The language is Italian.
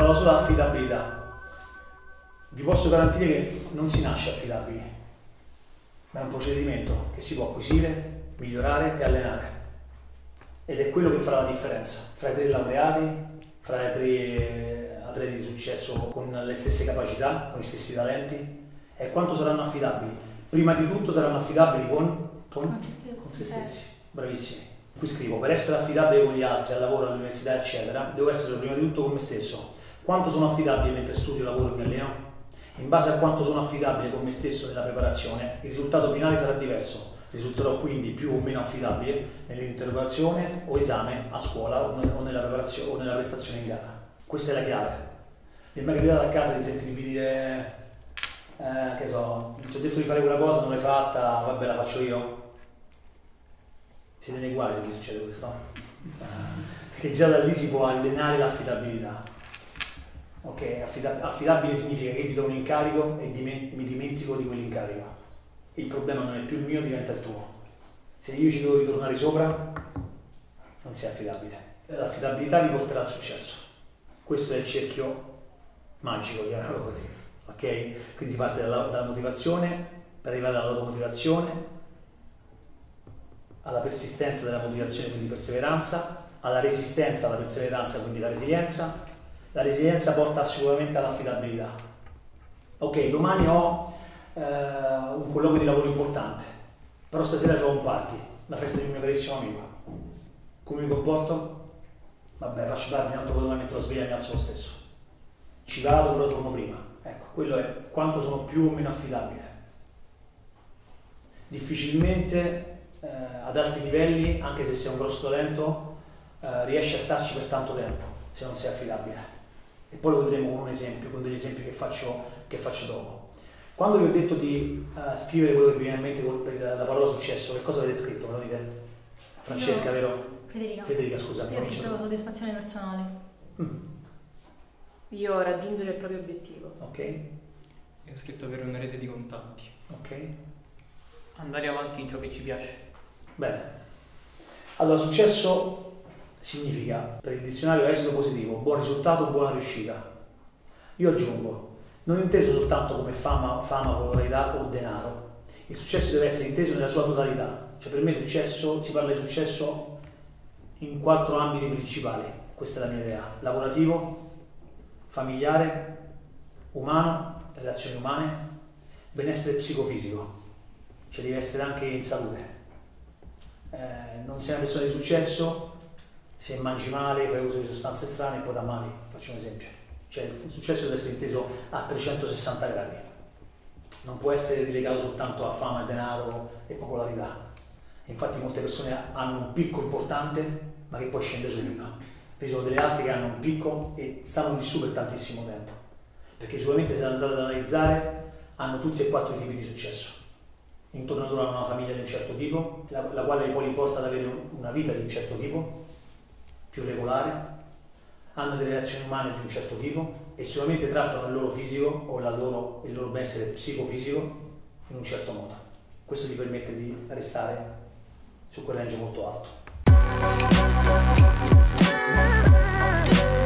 parlava solo di affidabilità. Vi posso garantire che non si nasce affidabili, ma è un procedimento che si può acquisire, migliorare e allenare. Ed è quello che farà la differenza fra i 3 laureati, fra i 3 atleti di successo con le stesse capacità, con gli stessi talenti, e quanto saranno affidabili. Prima di tutto saranno affidabili con se stessi. Bravissimi. Qui scrivo: per essere affidabile con gli altri, al lavoro, all'università, eccetera, devo essere prima di tutto con me stesso. Quanto sono affidabile mentre studio, lavoro e mi alleno? In base a quanto sono affidabile con me stesso nella preparazione, il risultato finale sarà diverso. Risulterò quindi più o meno affidabile nell'interrogazione o esame a scuola o nella preparazione o nella prestazione in gara. Questa è la chiave. Mi è mai capitato a casa di sentirvi dire che so, ti ho detto di fare quella cosa, non l'hai fatta, vabbè, la faccio io? Siete nei guai se vi succede questo? Perché già da lì si può allenare l'affidabilità. Ok, affidabile significa che ti do un incarico e mi dimentico di quell'incarico. Il problema non è più il mio, diventa il tuo. Se io ci devo ritornare sopra, non sei affidabile. L'affidabilità vi porterà al successo. Questo è il cerchio magico, chiamiamolo così. Ok? Quindi si parte dalla motivazione per arrivare all'automotivazione, alla persistenza della motivazione, quindi perseveranza, alla resistenza, alla perseveranza, quindi la resilienza. La resilienza porta sicuramente all'affidabilità. Ok, domani ho un colloquio di lavoro importante, però stasera ho un party, la festa di un mio carissimo amico. Come mi comporto? Vabbè, faccio tardi, tanto poi domani metto la sveglia e mi alzo lo stesso. Ci vado, però torno prima. Ecco, quello è quanto sono più o meno affidabile. Difficilmente ad alti livelli, anche se sei un grosso talento, riesci a starci per tanto tempo se non sei affidabile. E poi lo vedremo con un esempio, con degli esempi che faccio dopo. Quando vi ho detto di scrivere quello che vi viene in mente per la parola successo, che cosa avete scritto? Me lo dite? Francesca, vero? Federica, scusami. Io ho scritto soddisfazione personale. Io raggiungere il proprio obiettivo. Ok. Io ho scritto avere una rete di contatti. Ok. Andare avanti in ciò che ci piace. Bene. Allora, successo significa, per il dizionario, esito positivo, buon risultato, buona riuscita. Io aggiungo, non inteso soltanto come fama, popolarità o denaro. Il successo deve essere inteso nella sua totalità. Cioè, per me successo, si parla di successo in 4 ambiti principali. Questa è la mia idea: lavorativo, familiare, umano, relazioni umane, benessere psicofisico. Cioè devi essere anche in salute. Non sei una persona di successo se mangi male, fai uso di sostanze strane e poi da male. Faccio un esempio. Cioè il successo deve essere inteso a 360 gradi. Non può essere relegato soltanto a fama, denaro e popolarità. Infatti molte persone hanno un picco importante ma che poi scende subito. Ci sono delle altre che hanno un picco e stanno lì su per tantissimo tempo. Perché sicuramente, se andate ad analizzare, hanno tutti e 4 i tipi di successo. Intorno a loro hanno una famiglia di un certo tipo, la quale poi li porta ad avere una vita di un certo tipo, più regolare, hanno delle relazioni umane di un certo tipo e sicuramente trattano il loro fisico o il loro benessere psicofisico in un certo modo. Questo gli permette di restare su quel range molto alto.